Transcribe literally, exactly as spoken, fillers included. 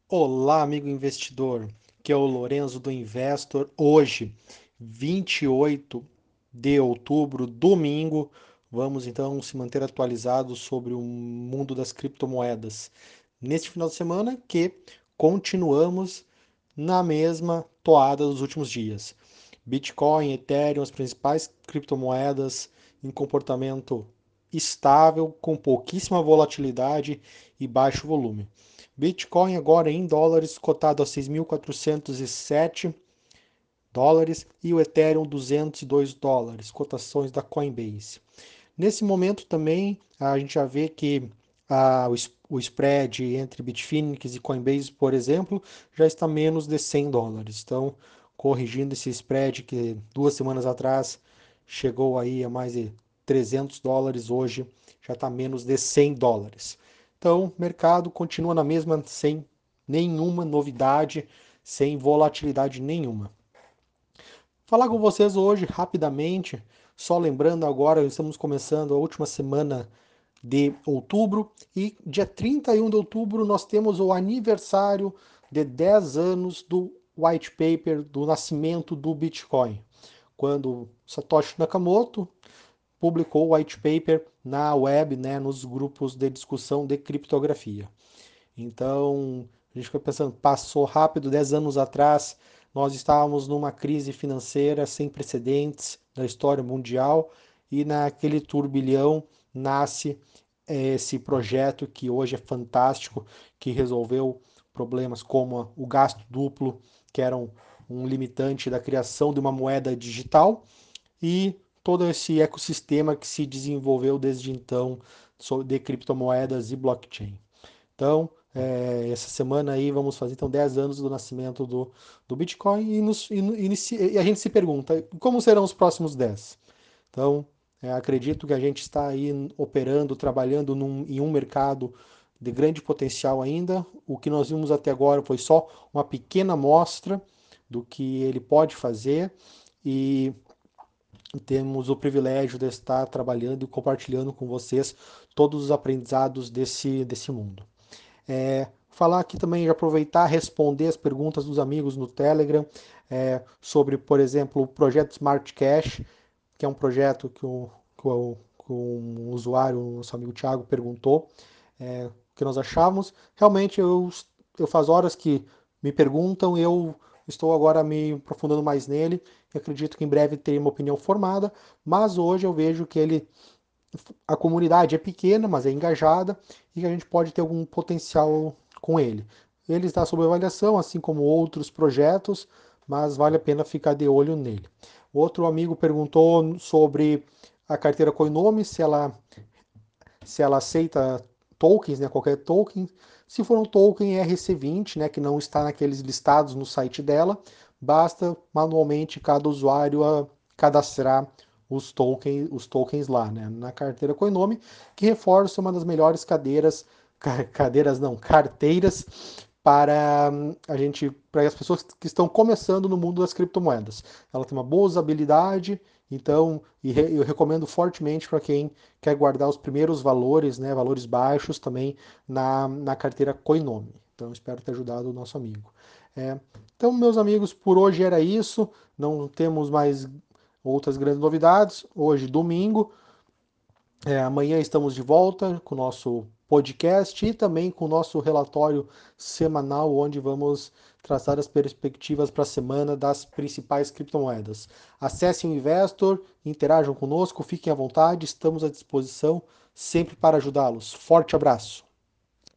Olá, amigo investidor, que é o Lorenzo do Investor. Hoje, vinte e oito de outubro, domingo, vamos então se manter atualizados sobre o mundo das criptomoedas. Neste final de semana que continuamos na mesma toada dos últimos dias. Bitcoin, Ethereum, as principais criptomoedas em comportamento estável, com pouquíssima volatilidade e baixo volume. Bitcoin agora em dólares, cotado a seis mil quatrocentos e sete dólares e o Ethereum duzentos e dois dólares, cotações da Coinbase. Nesse momento também a gente já vê que a, o, o spread entre Bitfinex e Coinbase, por exemplo, já está menos de cem dólares. Então, corrigindo esse spread que duas semanas atrás chegou aí a mais de trezentos dólares, hoje já está menos de cem dólares. Então, o mercado continua na mesma, sem nenhuma novidade, sem volatilidade nenhuma. Falar com vocês hoje rapidamente, só lembrando agora, estamos começando a última semana de outubro e dia trinta e um de outubro nós temos o aniversário de dez anos do white paper do nascimento do Bitcoin, quando Satoshi Nakamoto publicou o white paper na web, né, nos grupos de discussão de criptografia. Então, a gente fica pensando, passou rápido, dez anos atrás, nós estávamos numa crise financeira sem precedentes da história mundial e naquele turbilhão nasce eh, esse projeto que hoje é fantástico, que resolveu problemas como o gasto duplo, que era um, um limitante da criação de uma moeda digital, e todo esse ecossistema que se desenvolveu desde então de criptomoedas e blockchain. Então, é, essa semana aí vamos fazer então dez anos do nascimento do, do Bitcoin e, nos, e, inicia, e a gente se pergunta como serão os próximos dez. Então, é, acredito que a gente está aí operando, trabalhando num, em um mercado de grande potencial ainda. O que nós vimos até agora foi só uma pequena amostra do que ele pode fazer e temos o privilégio de estar trabalhando e compartilhando com vocês todos os aprendizados desse, desse mundo. É, falar aqui também, aproveitar, responder as perguntas dos amigos no Telegram é, sobre, por exemplo, o projeto Smart Cash, que é um projeto que, o, que, o, que um usuário, o nosso amigo Thiago, perguntou é, o que nós achávamos. Realmente, eu, eu faz horas que me perguntam, eu estou agora me aprofundando mais nele e acredito que em breve terei uma opinião formada, mas hoje eu vejo que ele a comunidade é pequena, mas é engajada e que a gente pode ter algum potencial com ele. Ele está sob avaliação, assim como outros projetos, mas vale a pena ficar de olho nele. Outro amigo perguntou sobre a carteira Coinome, se ela, se ela aceita tokens, né, qualquer token. Se for um token E R C vinte, né, que não está naqueles listados no site dela, basta manualmente cada usuário a cadastrar os tokens, os tokens lá, né, na carteira Coinome, que reforça uma das melhores cadeiras, cadeiras não, carteiras para hum, a gente, para as pessoas que estão começando no mundo das criptomoedas. Ela tem uma boa usabilidade, então eu recomendo fortemente para quem quer guardar os primeiros valores, né, valores baixos também na, na carteira Coinome. Então espero ter ajudado o nosso amigo. É, então, meus amigos, por hoje era isso. Não temos mais outras grandes novidades. Hoje, domingo, é, amanhã estamos de volta com o nosso podcast e também com o nosso relatório semanal, onde vamos traçar as perspectivas para a semana das principais criptomoedas. Acessem o Investor, interajam conosco, fiquem à vontade, estamos à disposição sempre para ajudá-los. Forte abraço!